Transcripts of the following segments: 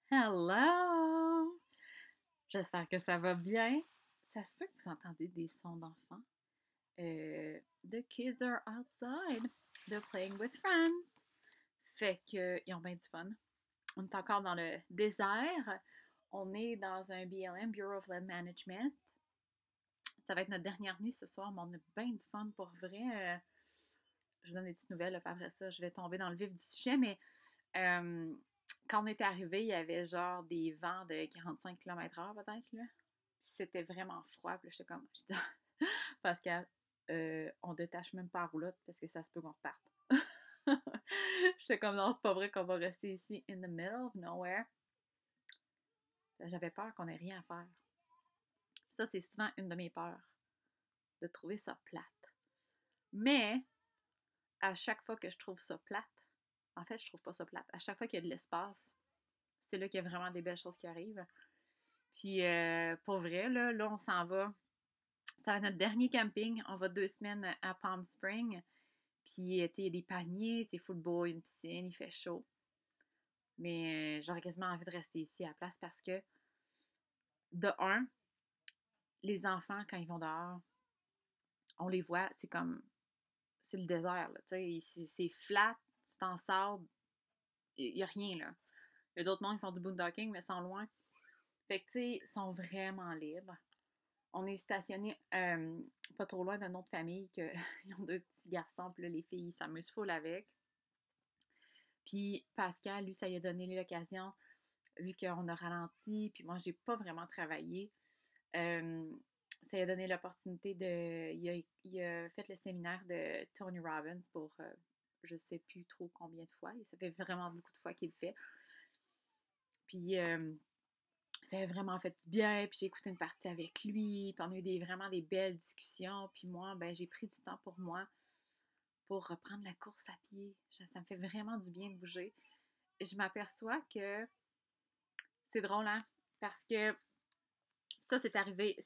Hello! J'espère que ça va bien. Ça se peut que vous entendez des sons d'enfants. The kids are outside. They're playing with friends. Fait que ils ont bien du fun. On est encore dans le désert. On est dans un BLM, Bureau of Land Management. Ça va être notre dernière nuit ce soir, mais on a bien du fun pour vrai. Je vous donne des petites nouvelles, là, puis après ça, je vais tomber dans le vif du sujet, mais euh, quand on était arrivé, il y avait genre des vents de 45 km/h peut-être, là. Puis c'était vraiment froid, puis là, j'étais comme, parce qu'on détache même pas la roulotte parce que ça se peut qu'on reparte. J'étais comme, non, c'est pas vrai qu'on va rester ici in the middle of nowhere. J'avais peur qu'on ait rien à faire. Ça, c'est souvent une de mes peurs, de trouver ça plate. Mais, à chaque fois que je trouve ça plate, en fait, je trouve pas ça plate. À chaque fois qu'il y a de l'espace, c'est là qu'il y a vraiment des belles choses qui arrivent. Puis, pour vrai, là, on s'en va. Ça va être notre dernier camping. On va 2 semaines à Palm Springs. Puis, tu sais, il y a des palmiers, c'est full beau, il y a une piscine, il fait chaud. Mais j'aurais quasiment envie de rester ici à la place parce que, de un, les enfants, quand ils vont dehors, on les voit, c'est comme, c'est le désert, là, tu sais, c'est flat, c'est en sable, il n'y a rien, là. Il y a d'autres mondes qui font du boondocking, mais sont loin. Fait que, tu sais, ils sont vraiment libres. On est stationné pas trop loin d'une autre famille que ils ont deux petits garçons, puis là, les filles s'amusent full avec. Puis Pascal, lui, ça lui a donné l'occasion, vu qu'on a ralenti, puis moi, j'ai pas vraiment travaillé. Ça lui a donné l'opportunité de. Il a fait le séminaire de Tony Robbins pour je sais plus trop combien de fois. Ça fait vraiment beaucoup de fois qu'il le fait. Puis ça a vraiment fait du bien, puis j'ai écouté une partie avec lui, puis on a eu vraiment des belles discussions, puis moi, ben j'ai pris du temps pour moi, pour reprendre la course à pied. Ça me fait vraiment du bien de bouger. Je m'aperçois que c'est drôle, hein, parce que ça, c'est arrivé,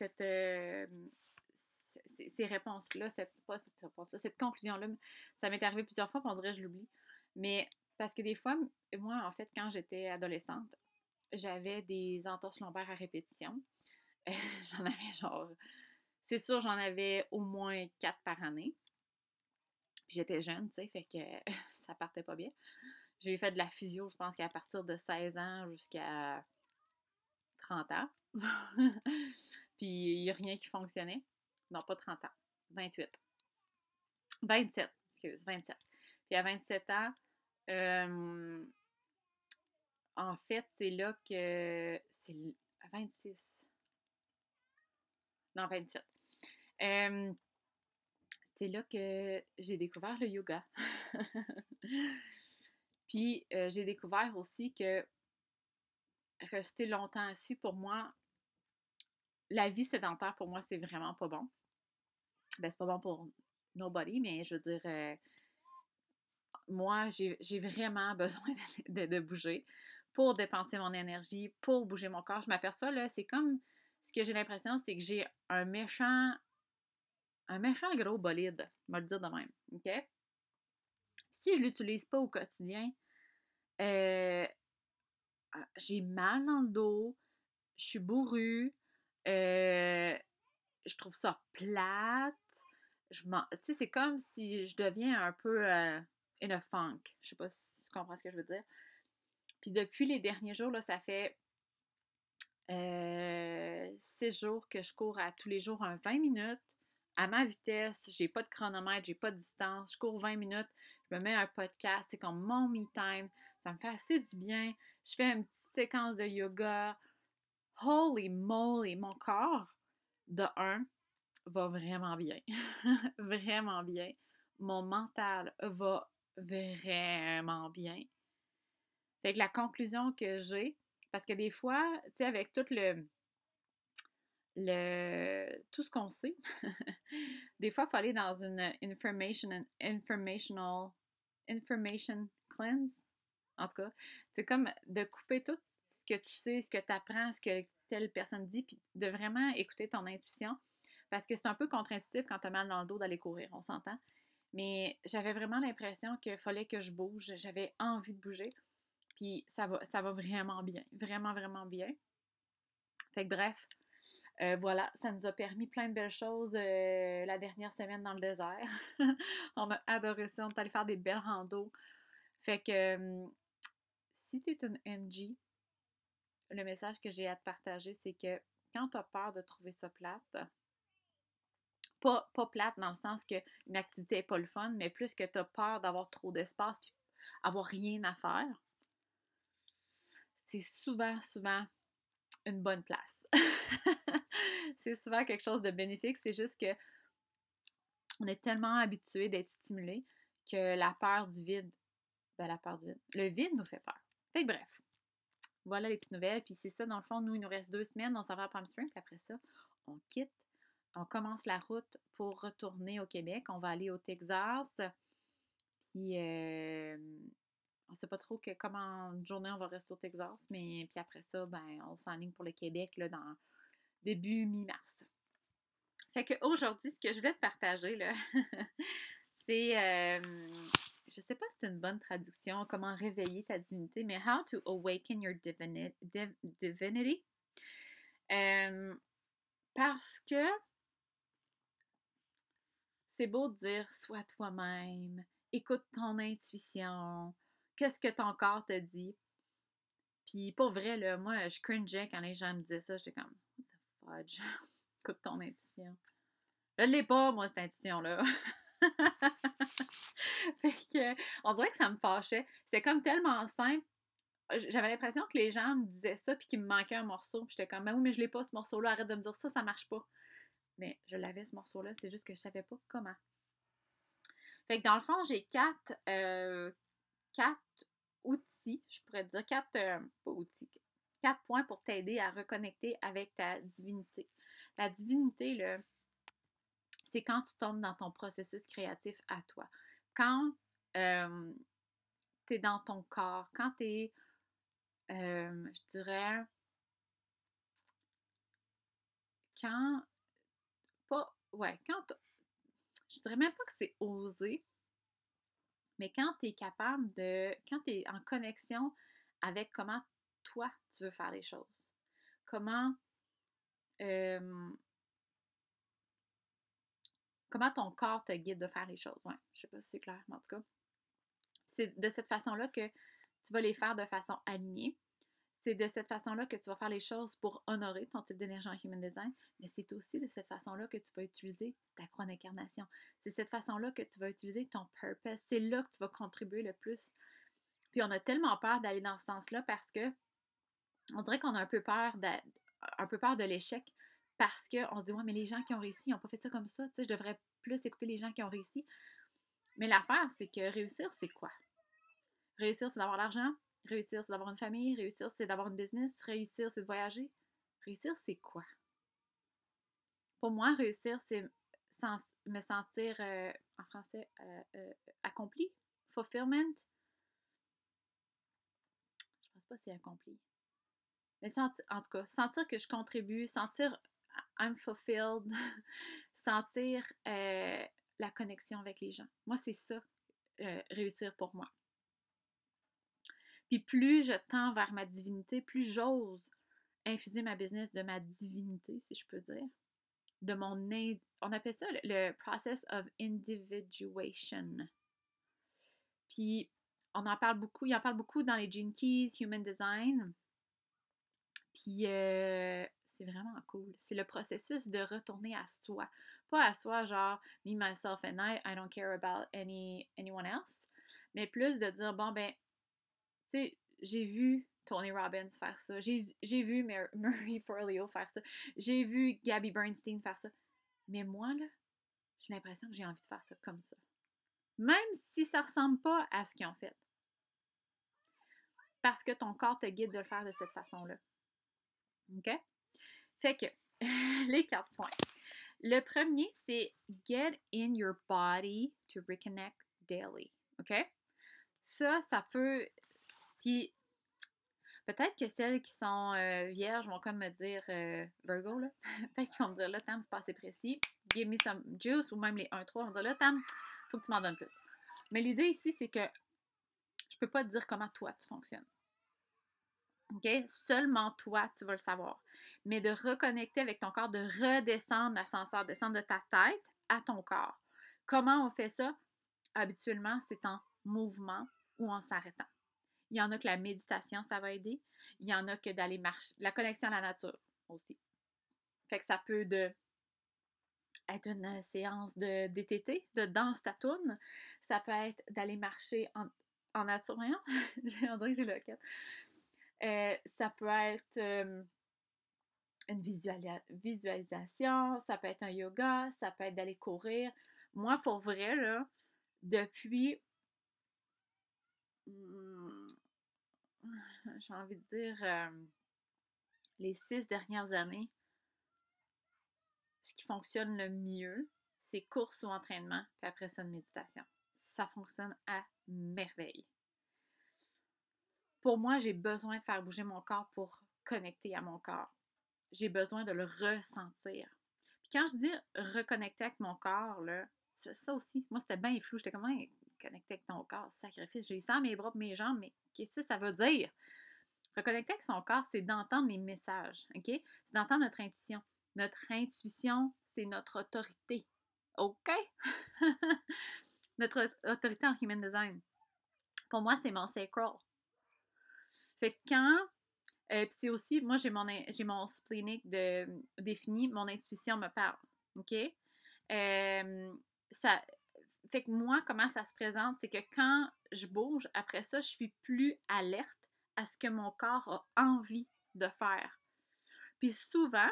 ces réponses-là, pas cette réponse-là, cette conclusion-là, ça m'est arrivé plusieurs fois, puis on dirait que je l'oublie. Mais parce que des fois, moi, en fait, quand j'étais adolescente, j'avais des entorses lombaires à répétition. J'en avais genre. C'est sûr, j'en avais au moins 4 par année. Puis j'étais jeune, tu sais, fait que ça partait pas bien. J'ai fait de la physio, je pense qu'à partir de 16 ans jusqu'à 30 ans. Puis il n'y a rien qui fonctionnait. Non, pas 30 ans. 28. 27, excuse, 27. Puis à 27 ans, euh, en fait, c'est là que. C'est à 26. Non, 27. Euh, c'est là que j'ai découvert le yoga. Puis j'ai découvert aussi que rester longtemps assis, pour moi, la vie sédentaire, pour moi, c'est vraiment pas bon. Ben, c'est pas bon pour nobody, mais je veux dire, moi, j'ai vraiment besoin de bouger pour dépenser mon énergie, pour bouger mon corps. Je m'aperçois, là, c'est comme, ce que j'ai l'impression, c'est que j'ai un méchant gros bolide, je vais le dire de même, OK? Si je l'utilise pas au quotidien, euh, j'ai mal dans le dos, je suis bourrue, euh, je trouve ça plate. Tu sais, c'est comme si je deviens un peu in a funk. Je sais pas si tu comprends ce que je veux dire. Puis depuis les derniers jours, là, ça fait 6 jours que je cours à tous les jours un 20 minutes à ma vitesse. J'ai pas de chronomètre, j'ai pas de distance. Je cours 20 minutes, je me mets un podcast, c'est comme mon me time. Ça me fait assez du bien. Je fais une petite séquence de yoga. Holy moly, mon corps, de un, va vraiment bien. Vraiment bien. Mon mental va vraiment bien. Fait que la conclusion que j'ai, parce que des fois, tu sais, avec tout ce qu'on sait, des fois, il faut aller dans une information cleanse. En tout cas, c'est comme de couper tout ce que tu sais, ce que tu apprends, ce que telle personne dit, puis de vraiment écouter ton intuition. Parce que c'est un peu contre-intuitif quand tu as mal dans le dos d'aller courir, on s'entend. Mais j'avais vraiment l'impression qu'il fallait que je bouge. J'avais envie de bouger. Puis ça va vraiment bien. Vraiment, vraiment bien. Fait que bref, voilà, ça nous a permis plein de belles choses la dernière semaine dans le désert. On a adoré ça. On est allé faire des belles randos. Fait que si tu es une MG, le message que j'ai à te partager, c'est que quand tu as peur de trouver ça plate, pas plate dans le sens qu'une activité n'est pas le fun, mais plus que tu as peur d'avoir trop d'espace puis avoir rien à faire, c'est souvent une bonne place. C'est souvent quelque chose de bénéfique, c'est juste que on est tellement habitué d'être stimulé que la peur du vide, le vide nous fait peur. Fait que bref, voilà les petites nouvelles. Puis c'est ça, dans le fond, nous, il nous reste 2 semaines, on s'en va à Palm Springs, puis après ça, on quitte, on commence la route pour retourner au Québec. On va aller au Texas, puis on sait pas trop comment une journée on va rester au Texas, mais puis après ça, ben, on s'enligne pour le Québec là, dans début mi-mars. Fait qu'aujourd'hui, ce que je voulais te partager, là, c'est, je sais pas si c'est une bonne traduction, comment réveiller ta divinité, mais How to Awaken Your Divinity. Parce que c'est beau de dire sois toi-même, écoute ton intuition, qu'est-ce que ton corps te dit. Puis pour vrai, là, moi, je cringeais quand les gens me disaient ça, j'étais comme what the fudge, écoute ton intuition. Je l'ai pas, moi, cette intuition-là. Fait que, on dirait que ça me fâchait. C'était comme tellement simple. J'avais l'impression que les gens me disaient ça puis qu'il me manquait un morceau. Puis j'étais comme, ben oui, mais je l'ai pas ce morceau-là, arrête de me dire ça, ça marche pas. Mais je l'avais ce morceau-là, c'est juste que je savais pas comment. Fait que dans le fond, j'ai quatre outils, je pourrais te dire pas outils, 4 points pour t'aider à reconnecter avec ta divinité. La divinité, là, c'est quand tu tombes dans ton processus créatif à toi. Quand tu es dans ton corps, quand tu es, je dirais, quand, je dirais même pas que c'est osé, mais quand tu es quand tu es en connexion avec comment toi, tu veux faire les choses. Euh, comment ton corps te guide de faire les choses. Ouais, je sais pas si c'est clair, mais en tout cas, c'est de cette façon-là que tu vas les faire de façon alignée. C'est de cette façon-là que tu vas faire les choses pour honorer ton type d'énergie en Human Design, mais c'est aussi de cette façon-là que tu vas utiliser ta croix d'incarnation. C'est de cette façon-là que tu vas utiliser ton purpose. C'est là que tu vas contribuer le plus. Puis on a tellement peur d'aller dans ce sens-là parce que on dirait qu'on a un peu peur de l'échec parce qu'on se dit, ouais, mais les gens qui ont réussi, ils n'ont pas fait ça comme ça. Tu sais, je devrais plus écouter les gens qui ont réussi. Mais l'affaire, c'est que réussir, c'est quoi? Réussir, c'est d'avoir l'argent. Réussir, c'est d'avoir une famille. Réussir, c'est d'avoir une business. Réussir, c'est de voyager. Réussir, c'est quoi? Pour moi, réussir, c'est me sentir, en français, accompli. Fulfillment. Je pense pas que c'est accompli. Mais en tout cas, sentir que je contribue, sentir I'm fulfilled, sentir la connexion avec les gens. Moi, c'est ça, réussir pour moi. Puis plus je tends vers ma divinité, plus j'ose infuser ma business de ma divinité, si je peux dire. On appelle ça le process of individuation. Puis il en parle beaucoup dans les Gene Keys, Human Design. Puis c'est vraiment cool. C'est le processus de retourner à soi. Pas à soi, genre me, myself and I don't care about anyone else. Mais plus de dire, bon, ben, tu sais, j'ai vu Tony Robbins faire ça. J'ai vu Murray Forleo faire ça. J'ai vu Gabby Bernstein faire ça. Mais moi, là, j'ai l'impression que j'ai envie de faire ça comme ça. Même si ça ressemble pas à ce qu'ils ont fait. Parce que ton corps te guide de le faire de cette façon-là. OK? Fait que, les 4 points. Le premier, c'est get in your body to reconnect daily. OK? Ça peut. Puis, peut-être que celles qui sont vierges vont comme me dire Virgo, là. Peut-être qu'ils vont me dire là, Tam, c'est pas assez précis. Give me some juice, ou même les 1-3 vont me dire là, Tam, faut que tu m'en donnes plus. Mais l'idée ici, c'est que je peux pas te dire comment toi tu fonctionnes. OK? Seulement toi, tu vas le savoir. Mais de reconnecter avec ton corps, de redescendre l'ascenseur, descendre de ta tête à ton corps. Comment on fait ça? Habituellement, c'est en mouvement ou en s'arrêtant. Il y en a que la méditation, ça va aider. Il y en a que d'aller marcher. La connexion à la nature aussi. Fait que ça peut être une séance de DTT, de danse tatoune. Ça peut être d'aller marcher en nature. Voyons, on dirait que j'ai le quête. Ça peut être une visualisation, ça peut être un yoga, ça peut être d'aller courir. Moi, pour vrai, là, depuis, j'ai envie de dire, les 6 dernières années, ce qui fonctionne le mieux, c'est course ou entraînement, puis après ça, une méditation. Ça fonctionne à merveille. Pour moi, j'ai besoin de faire bouger mon corps pour connecter à mon corps. J'ai besoin de le ressentir. Puis quand je dis reconnecter avec mon corps, là, c'est ça aussi. Moi, c'était bien flou. J'étais comme, hey, connecter avec ton corps, sacrifice. J'ai ça à mes bras et mes jambes, mais qu'est-ce que ça veut dire? Reconnecter avec son corps, c'est d'entendre les messages, OK? C'est d'entendre notre intuition. Notre intuition, c'est notre autorité. OK? Notre autorité en human design. Pour moi, c'est mon sacral. Fait que quand puis c'est aussi, moi, j'ai mon splénique défini, mon intuition me parle. OK? Ça, fait que moi, comment ça se présente, c'est que quand je bouge, après ça, je suis plus alerte à ce que mon corps a envie de faire. Puis souvent,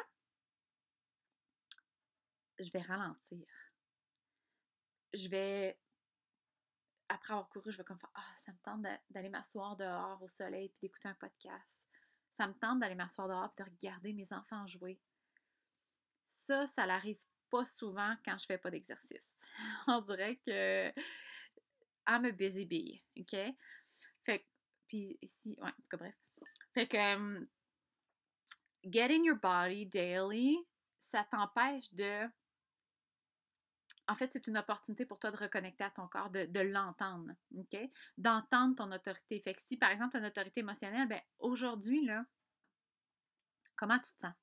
je vais ralentir. Je vais, après avoir couru, je vais comme faire, ah, ça me tente d'aller m'asseoir dehors au soleil puis d'écouter un podcast. Ça me tente d'aller m'asseoir dehors puis de regarder mes enfants jouer. Ça l'arrive pas souvent quand je fais pas d'exercice. On dirait que I'm a busy bee, OK? Fait que, puis ici, ouais, en tout cas, bref. Fait que get in your body daily, ça t'empêche de... En fait, c'est une opportunité pour toi de reconnecter à ton corps, de l'entendre, OK? D'entendre ton autorité. Fait que si, par exemple, tu as une autorité émotionnelle, ben aujourd'hui, là, comment tu te sens?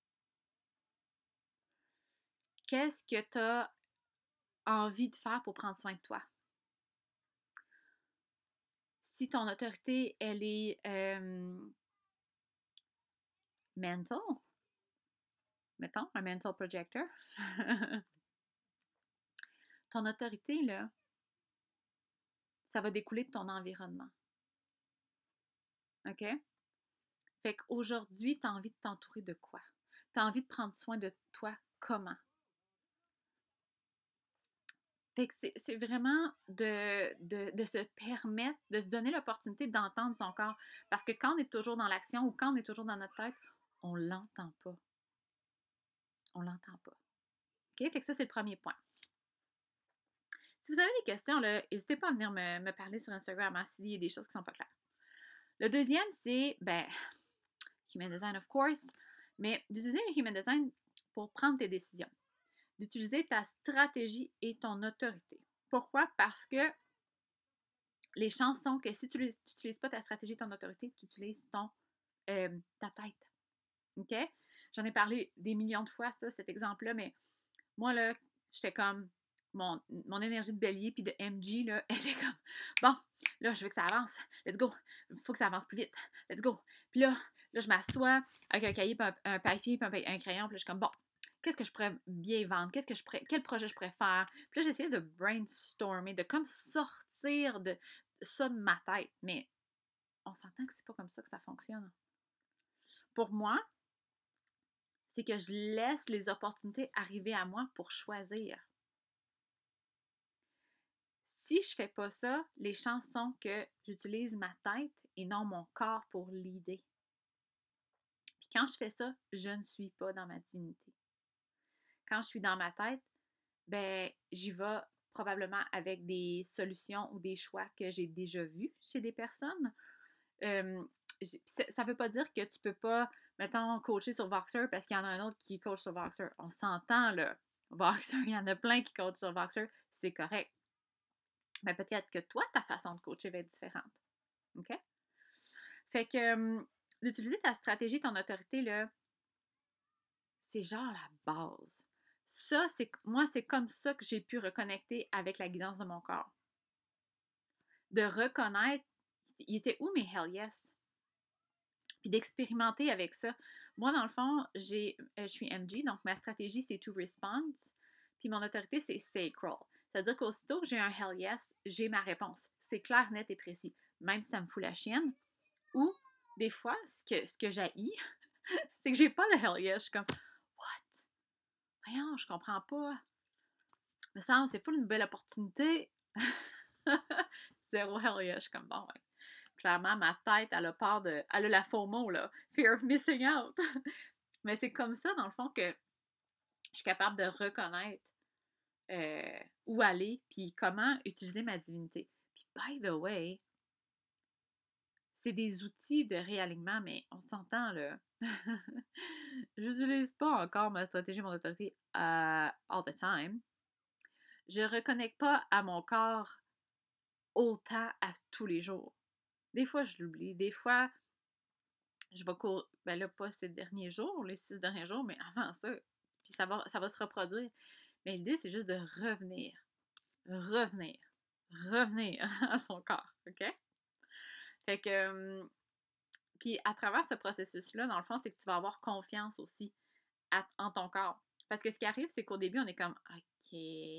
Qu'est-ce que tu as envie de faire pour prendre soin de toi? Si ton autorité, elle est mental, mettons, un mental projector, ton autorité, là, ça va découler de ton environnement. OK? Fait qu'aujourd'hui, tu as envie de t'entourer de quoi? Tu as envie de prendre soin de toi comment? Fait que c'est vraiment de se permettre, de se donner l'opportunité d'entendre son corps. Parce que quand on est toujours dans l'action ou quand on est toujours dans notre tête, on l'entend pas. On l'entend pas. OK? Fait que ça, c'est le premier point. Si vous avez des questions, n'hésitez pas à venir me parler sur Instagram hein, s'il y a des choses qui ne sont pas claires. Le deuxième, c'est, Human Design, of course, mais d'utiliser le Human Design pour prendre tes décisions. D'utiliser ta stratégie et ton autorité. Pourquoi? Parce que les chances sont que si tu n'utilises pas ta stratégie et ton autorité, tu utilises ta tête. OK? J'en ai parlé des millions de fois, ça, cet exemple-là, mais moi, là, j'étais comme mon énergie de bélier puis de MG, là, elle était comme bon, là, je veux que ça avance. Let's go. Il faut que ça avance plus vite. Let's go. Puis là, je m'assois avec un cahier, puis un papier, puis un crayon, puis là, je suis comme bon, qu'est-ce que je pourrais bien vendre? Quel projet je pourrais faire? Puis là, j'essayais de brainstormer, de comme sortir de ça de ma tête. Mais on s'entend que c'est pas comme ça que ça fonctionne. Pour moi, c'est que je laisse les opportunités arriver à moi pour choisir. Si je fais pas ça, les chances sont que j'utilise ma tête et non mon corps pour l'idée. Puis quand je fais ça, je ne suis pas dans ma divinité. Quand je suis dans ma tête, j'y vais probablement avec des solutions ou des choix que j'ai déjà vus chez des personnes. Ça ne veut pas dire que tu peux pas, mettons, coacher sur Voxer parce qu'il y en a un autre qui coach sur Voxer. On s'entend, là. Voxer, il y en a plein qui coachent sur Voxer, c'est correct. Mais peut-être que toi, ta façon de coacher va être différente. OK? Fait que d'utiliser ta stratégie, ton autorité, là, c'est genre la base. Ça, moi, c'est comme ça que j'ai pu reconnecter avec la guidance de mon corps. De reconnaître, il était où mes hell yes? Puis d'expérimenter avec ça. Moi, dans le fond, je suis MG, donc ma stratégie, c'est to response. Puis mon autorité, c'est sacral. C'est-à-dire qu'aussitôt que j'ai un hell yes, j'ai ma réponse. C'est clair, net et précis. Même si ça me fout la chienne. Ou, des fois, ce que j'haïs, c'est que j'ai pas de hell yes. Je suis comme, what? Voyons, je comprends pas. Mais ça, c'est full une belle opportunité. Zéro hell yes. Je suis comme, bon, ouais. Clairement, ma tête, elle a peur de. Elle a la FOMO, là. Fear of missing out. Mais c'est comme ça, dans le fond, que je suis capable de reconnaître où aller, puis comment utiliser ma divinité. Puis, by the way, c'est des outils de réalignement, mais on s'entend, là. J'utilise pas encore ma stratégie, mon autorité all the time. Je reconnecte pas à mon corps autant à tous les jours. Des fois, je l'oublie. Des fois, je vais courir. Ben là, pas ces derniers jours, les 6 derniers jours, mais avant ça. Puis ça va se reproduire. Mais l'idée, c'est juste de revenir. Revenir. Revenir à son corps. OK? Fait que. Puis à travers ce processus-là, dans le fond, c'est que tu vas avoir confiance aussi en ton corps. Parce que ce qui arrive, c'est qu'au début, on est comme OK.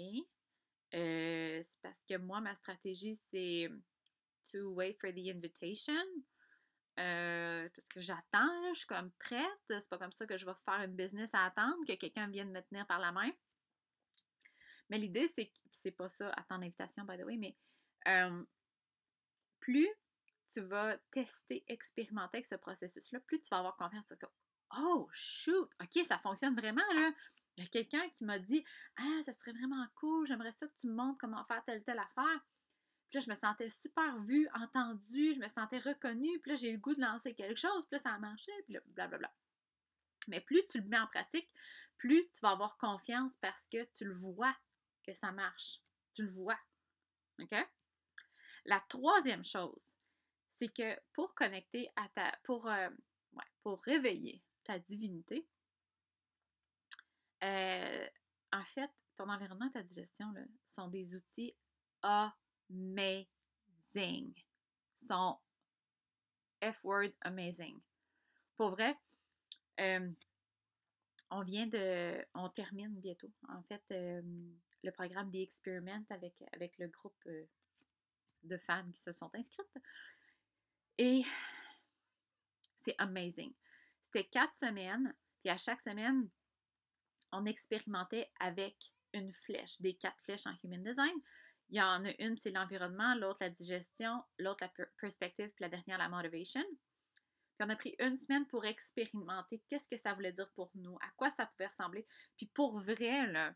C'est parce que moi, ma stratégie, c'est to wait for the invitation. Parce que j'attends, je suis comme prête. C'est pas comme ça que je vais faire une business à attendre, que quelqu'un vienne me tenir par la main. Mais l'idée, c'est que c'est pas ça, attendre l'invitation, by the way, mais plus tu vas tester, expérimenter avec ce processus-là, plus tu vas avoir confiance. Que, oh, shoot! OK, ça fonctionne vraiment, là. Il y a quelqu'un qui m'a dit, ah, ça serait vraiment cool, j'aimerais ça que tu me montres comment faire telle affaire. Puis là, je me sentais super vue, entendue, je me sentais reconnue. Puis là, j'ai le goût de lancer quelque chose. Puis là, ça marchait. Puis là, blablabla. Mais plus tu le mets en pratique, plus tu vas avoir confiance parce que tu le vois que ça marche. Tu le vois. OK? La troisième chose, c'est que pour connecter à pour réveiller ta divinité, en fait, ton environnement, ta digestion, là, sont des outils amazing. Sont F-word amazing. Pour vrai, on termine bientôt, en fait, le programme The Experiment avec le groupe de femmes qui se sont inscrites. Et c'est amazing. C'était 4 semaines, puis à chaque semaine, on expérimentait avec une flèche, des 4 flèches en Human Design. Il y en a une, c'est l'environnement, l'autre, la digestion, l'autre, la perspective, puis la dernière, la motivation. Puis on a pris une semaine pour expérimenter qu'est-ce que ça voulait dire pour nous, à quoi ça pouvait ressembler. Puis pour vrai, là,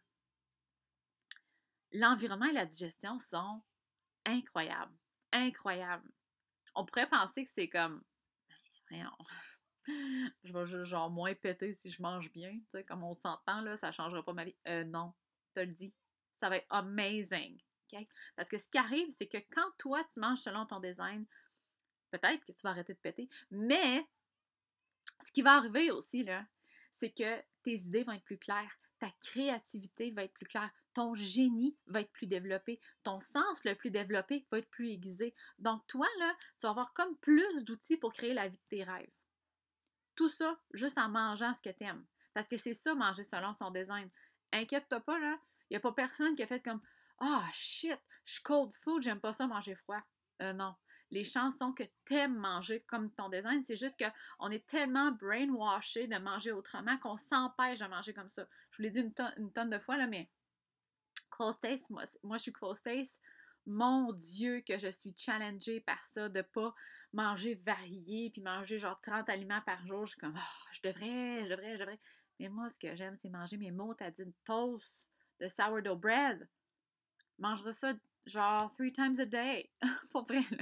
l'environnement et la digestion sont incroyables. Incroyables. On pourrait penser que c'est comme, voyons, je vais juste genre moins péter si je mange bien, tu sais, comme on s'entend, là, ça ne changera pas ma vie. Non, je te le dis, ça va être amazing. Okay? Parce que ce qui arrive, c'est que quand toi, tu manges selon ton design, peut-être que tu vas arrêter de péter, mais ce qui va arriver aussi, là, c'est que tes idées vont être plus claires, ta créativité va être plus claire, ton génie va être plus développé, ton sens le plus développé va être plus aiguisé. Donc, toi, là, tu vas avoir comme plus d'outils pour créer la vie de tes rêves. Tout ça, juste en mangeant ce que tu aimes. Parce que c'est ça, manger selon son design. Inquiète-toi pas, là, il n'y a pas personne qui a fait comme ah, shit, je suis cold food, j'aime pas ça manger froid. Non. Les chansons que t'aimes manger comme ton design, c'est juste qu'on est tellement brainwashé de manger autrement qu'on s'empêche de manger comme ça. Je vous l'ai dit une tonne de fois, là, mais close taste, moi je suis close taste. Mon Dieu, que je suis challengée par ça, de pas manger varié, puis manger genre 30 aliments par jour. Je suis comme, oh, je devrais. Mais moi, ce que j'aime, c'est manger mes motadines toast de sourdough bread. Je mangerai ça genre 3 times a day. Pour vrai, là.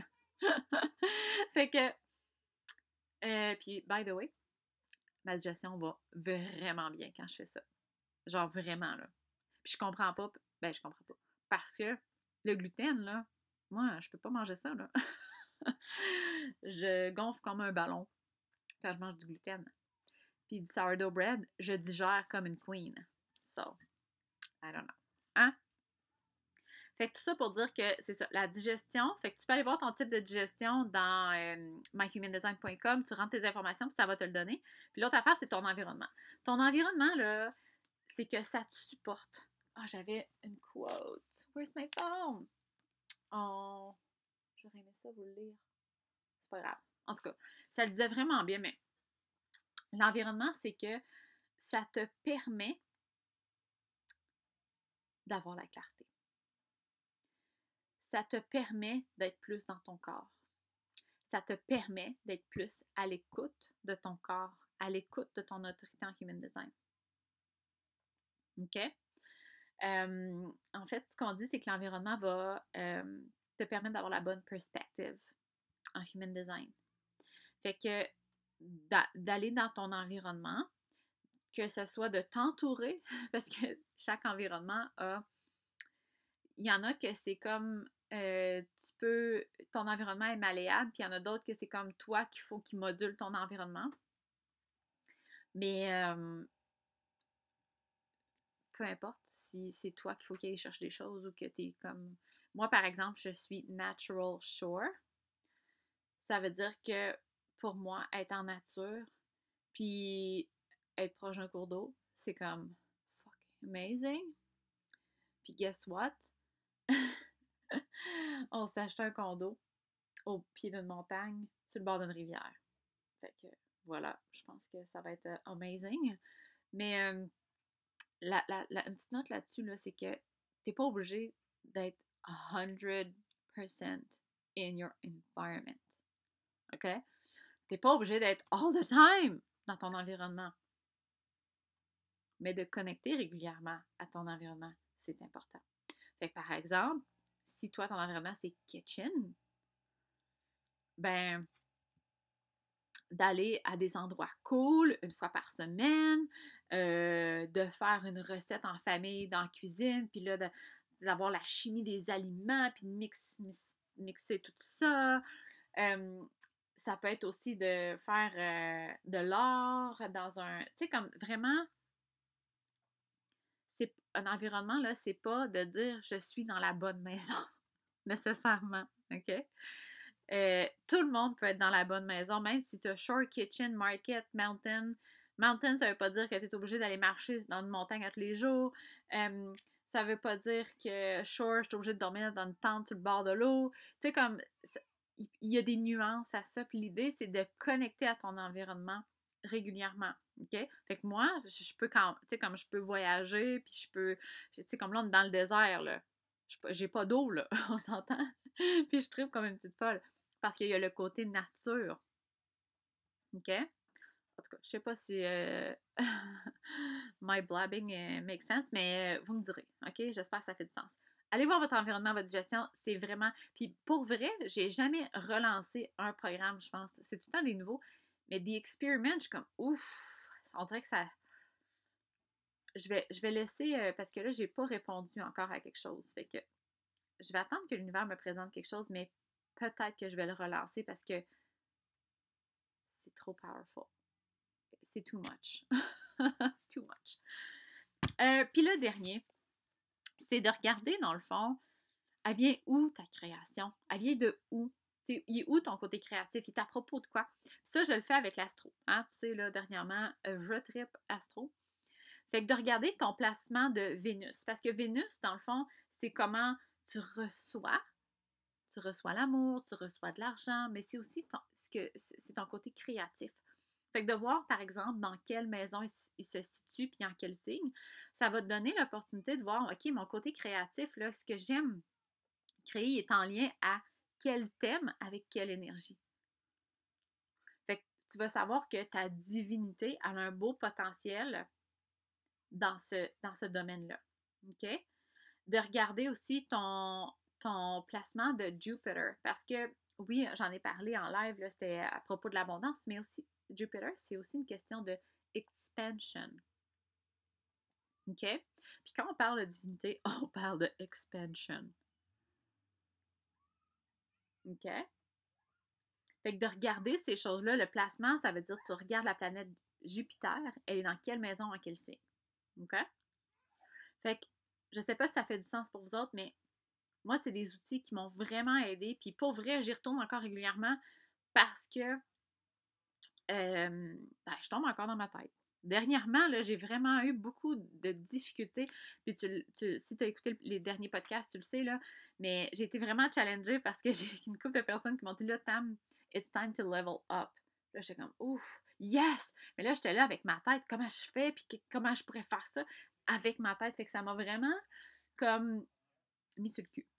Fait que, puis, by the way, ma digestion va vraiment bien quand je fais ça. Genre vraiment, là. Puis je comprends pas, ben je comprends pas. Parce que le gluten, là, moi, je peux pas manger ça, là. Je gonfle comme un ballon. quand je mange du gluten. Puis du sourdough bread, je digère comme une queen. So, I don't know. Hein? Fait que tout ça pour dire que c'est ça, la digestion. Fait que tu peux aller voir ton type de digestion dans myhumandesign.com, tu rentres tes informations, puis ça va te le donner. Puis l'autre affaire, c'est ton environnement. Ton environnement, là, c'est que ça te supporte. Ah, j'avais une quote. Where's my phone? Oh, j'aurais aimé ça vous le lire. C'est pas grave. En tout cas, ça le disait vraiment bien, mais l'environnement, c'est que ça te permet d'avoir la clarté. Ça te permet d'être plus dans ton corps. Ça te permet d'être plus à l'écoute de ton corps, à l'écoute de ton autorité en human design. OK? En fait, ce qu'on dit, c'est que l'environnement va te permettre d'avoir la bonne perspective en human design. Fait que d'aller dans ton environnement, que ce soit de t'entourer, parce que chaque environnement a... Il y en a que c'est comme... ton environnement est malléable, puis il y en a d'autres que c'est comme toi qu'il faut qu'il module ton environnement. Mais peu importe si c'est toi qu'il faut qu'il aille chercher des choses ou que tu es comme... Moi, par exemple, je suis natural shore. Ça veut dire que pour moi, être en nature, puis être proche d'un cours d'eau, c'est comme fucking amazing. Puis guess what? On s'est acheté un condo au pied d'une montagne, sur le bord d'une rivière. Fait que voilà, je pense que ça va être amazing. Mais une petite note là-dessus, là, c'est que t'es pas obligé d'être 100% in your environment. OK? T'es pas obligé d'être all the time dans ton environnement. Mais de connecter régulièrement à ton environnement, c'est important. Fait que par exemple, si toi, ton environnement, c'est kitchen, ben, d'aller à des endroits cool une fois par semaine, de faire une recette en famille dans la cuisine, puis là, d'avoir la chimie des aliments, puis de mixer tout ça. Ça peut être aussi de faire de l'art dans un... Tu sais, comme vraiment, c'est un environnement, là, c'est pas de dire je suis dans la bonne maison, nécessairement, OK? Tout le monde peut être dans la bonne maison, même si tu as shore, kitchen, market, mountain. Mountain, ça veut pas dire que tu es obligé d'aller marcher dans une montagne à tous les jours. Ça veut pas dire que shore, je suis obligée de dormir dans une tente sur le bord de l'eau. Tu sais, comme, il y a des nuances à ça. Puis l'idée, c'est de connecter à ton environnement régulièrement. OK? Fait que moi, je peux tu sais, comme je peux voyager, puis je peux, tu sais, comme là, on est dans le désert, là. J'ai pas d'eau, là, on s'entend? Puis je tripe comme une petite folle. Parce qu'il y a le côté nature. OK? En tout cas, je sais pas si my blabbing makes sense, mais vous me direz. OK? J'espère que ça fait du sens. Allez voir votre environnement, votre gestion. C'est vraiment. Puis pour vrai, j'ai jamais relancé un programme, je pense. C'est tout le temps des nouveaux. Mais des experiments, je suis comme ouf! On dirait que ça. Je vais laisser parce que là, j'ai pas répondu encore à quelque chose. Fait que je vais attendre que l'univers me présente quelque chose, mais peut-être que je vais le relancer parce que c'est trop powerful. C'est too much. Too much. Puis le dernier, c'est de regarder, dans le fond, elle vient où ta création? Elle vient de où? T'sais, il est où ton côté créatif? Il est à propos de quoi? Puis ça, je le fais avec l'astro. Hein? Tu sais, là, dernièrement, je trippe astro. Fait que de regarder ton placement de Vénus. Parce que Vénus, dans le fond, c'est comment tu reçois. Tu reçois l'amour, tu reçois de l'argent, mais c'est aussi c'est ton côté créatif. Fait que de voir, par exemple, dans quelle maison il se situe, puis en quel signe, ça va te donner l'opportunité de voir, OK, mon côté créatif, là, ce que j'aime créer est en lien à quel thème, avec quelle énergie. Fait que tu vas savoir que ta divinité a un beau potentiel dans ce domaine-là. OK? De regarder aussi ton placement de Jupiter. Parce que, oui, j'en ai parlé en live, là, c'était à propos de l'abondance, mais aussi, Jupiter, c'est aussi une question de expansion. OK? Puis quand on parle de divinité, on parle de expansion. OK? Fait que de regarder ces choses-là, le placement, ça veut dire que tu regardes la planète Jupiter, elle est dans quelle maison, en quel signe. OK? Fait que je sais pas si ça fait du sens pour vous autres, mais moi, c'est des outils qui m'ont vraiment aidé. Puis pour vrai, j'y retourne encore régulièrement parce que je tombe encore dans ma tête. Dernièrement, là, j'ai vraiment eu beaucoup de difficultés. Puis si tu as écouté les derniers podcasts, tu le sais, là, mais j'ai été vraiment challengée parce que j'ai une couple de personnes qui m'ont dit là, Tam, it's time to level up. Là, j'étais comme ouf, yes! Mais là, j'étais là avec ma tête, comment je fais, puis comment je pourrais faire ça avec ma tête. Fait que ça m'a vraiment comme mis sur le cul.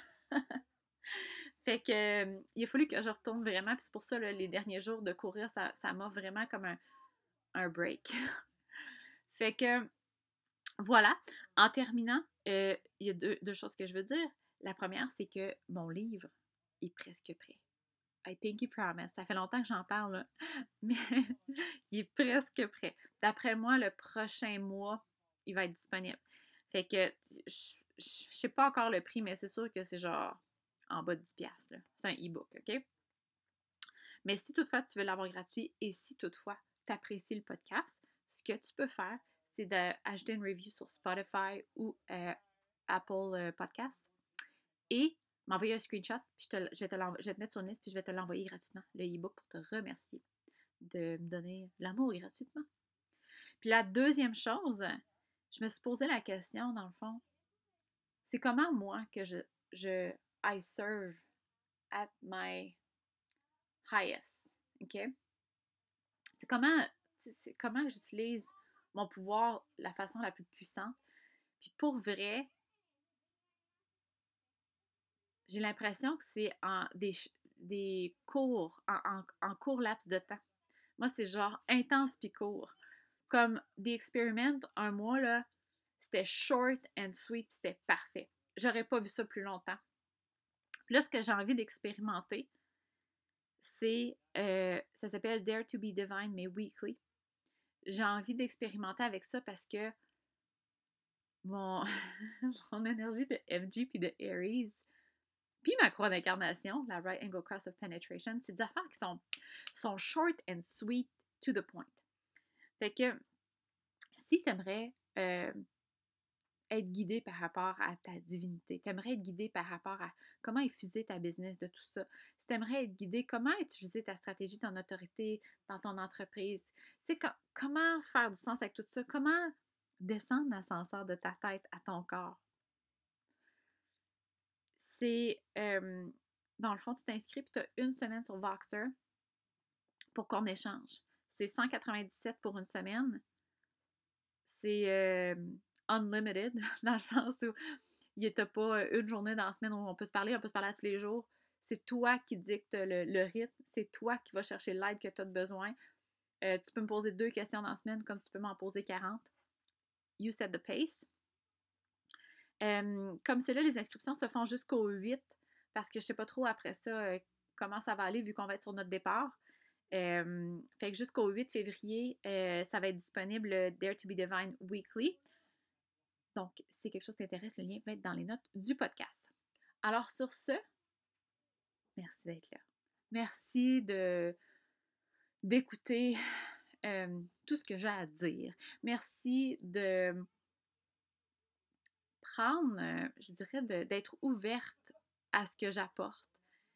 Fait que il a fallu que je retourne vraiment, puis c'est pour ça, là, les derniers jours de courir, ça m'a vraiment comme un break. Fait que voilà. En terminant, il y a deux choses que je veux dire. La première, c'est que mon livre est presque prêt. I Pinky Promise. Ça fait longtemps que j'en parle, là, mais il est presque prêt. D'après moi, le prochain mois, il va être disponible. Fait que je sais pas encore le prix, mais c'est sûr que c'est genre en bas de 10$, là. C'est un e-book, OK? Mais si toutefois tu veux l'avoir gratuit et si toutefois tu apprécies le podcast, ce que tu peux faire, c'est d'ajouter une review sur Spotify ou Apple Podcast et m'envoyer un screenshot, puis je vais te mettre sur une liste, puis je vais te l'envoyer gratuitement, le e-book, pour te remercier de me donner l'amour gratuitement. Puis la deuxième chose, je me suis posé la question, dans le fond, c'est comment moi que I serve at my highest, OK? C'est comment que j'utilise mon pouvoir de la façon la plus puissante. Puis pour vrai, j'ai l'impression que c'est en des courts, en court laps de temps. Moi, c'est genre intense puis court. Comme des expériments, un mois, là, c'était short and sweet, puis c'était parfait. J'aurais pas vu ça plus longtemps. Puis là, ce que j'ai envie d'expérimenter, ça s'appelle Dare to be Divine, mais weekly. J'ai envie d'expérimenter avec ça parce que mon, mon énergie de FG puis de Aries, puis ma croix d'incarnation, la Right Angle Cross of Penetration, c'est des affaires qui sont short and sweet to the point. Fait que si tu aimerais être guidé par rapport à ta divinité, tu aimerais être guidé par rapport à comment infuser ta business de tout ça, si tu aimerais être guidé comment utiliser ta stratégie, ton autorité dans ton entreprise, tu sais, comment faire du sens avec tout ça, comment descendre l'ascenseur de ta tête à ton corps. C'est, dans le fond, tu t'inscris et tu as une semaine sur Voxer pour qu'on échange. C'est 197 pour une semaine. C'est unlimited, dans le sens où il n'y a pas une journée dans la semaine où on peut se parler à tous les jours. C'est toi qui dictes le rythme, c'est toi qui vas chercher l'aide que tu as besoin. Tu peux me poser 2 questions dans la semaine comme tu peux m'en poser 40. You set the pace. Comme c'est là, les inscriptions se font jusqu'au 8 parce que je sais pas trop après ça comment ça va aller vu qu'on va être sur notre départ. Fait que jusqu'au 8 février, ça va être disponible Dare to be Divine Weekly. Donc, si c'est quelque chose qui t'intéresse, le lien va être dans les notes du podcast. Alors sur ce, merci d'être là. Merci d'écouter tout ce que j'ai à dire. Merci de prendre, je dirais, d'être ouverte à ce que j'apporte.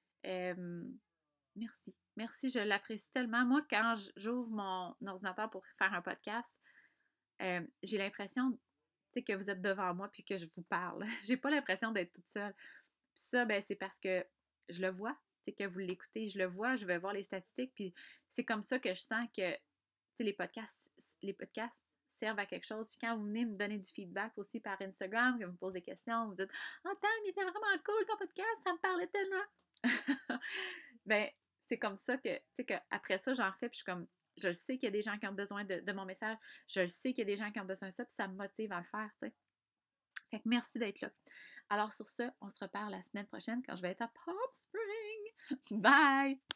Merci. Merci, je l'apprécie tellement. Moi, quand j'ouvre mon ordinateur pour faire un podcast, j'ai l'impression que vous êtes devant moi puis que je vous parle. J'ai pas l'impression d'être toute seule. Puis ça, ben, c'est parce que je le vois, que vous l'écoutez, je le vois, je vais voir les statistiques, puis c'est comme ça que je sens que les podcasts servent à quelque chose. Puis quand vous venez me donner du feedback aussi par Instagram, que vous me posez des questions, vous dites « Ah, Tam, il était vraiment cool ton podcast, ça me parlait tellement! » Ben, c'est comme ça que, après ça, j'en fais, puis je suis comme, je le sais qu'il y a des gens qui ont besoin de mon message, je le sais qu'il y a des gens qui ont besoin de ça, puis ça me motive à le faire, tu sais. Fait que merci d'être là. Alors sur ce, on se reparle la semaine prochaine quand je vais être à Palm Springs. Bye!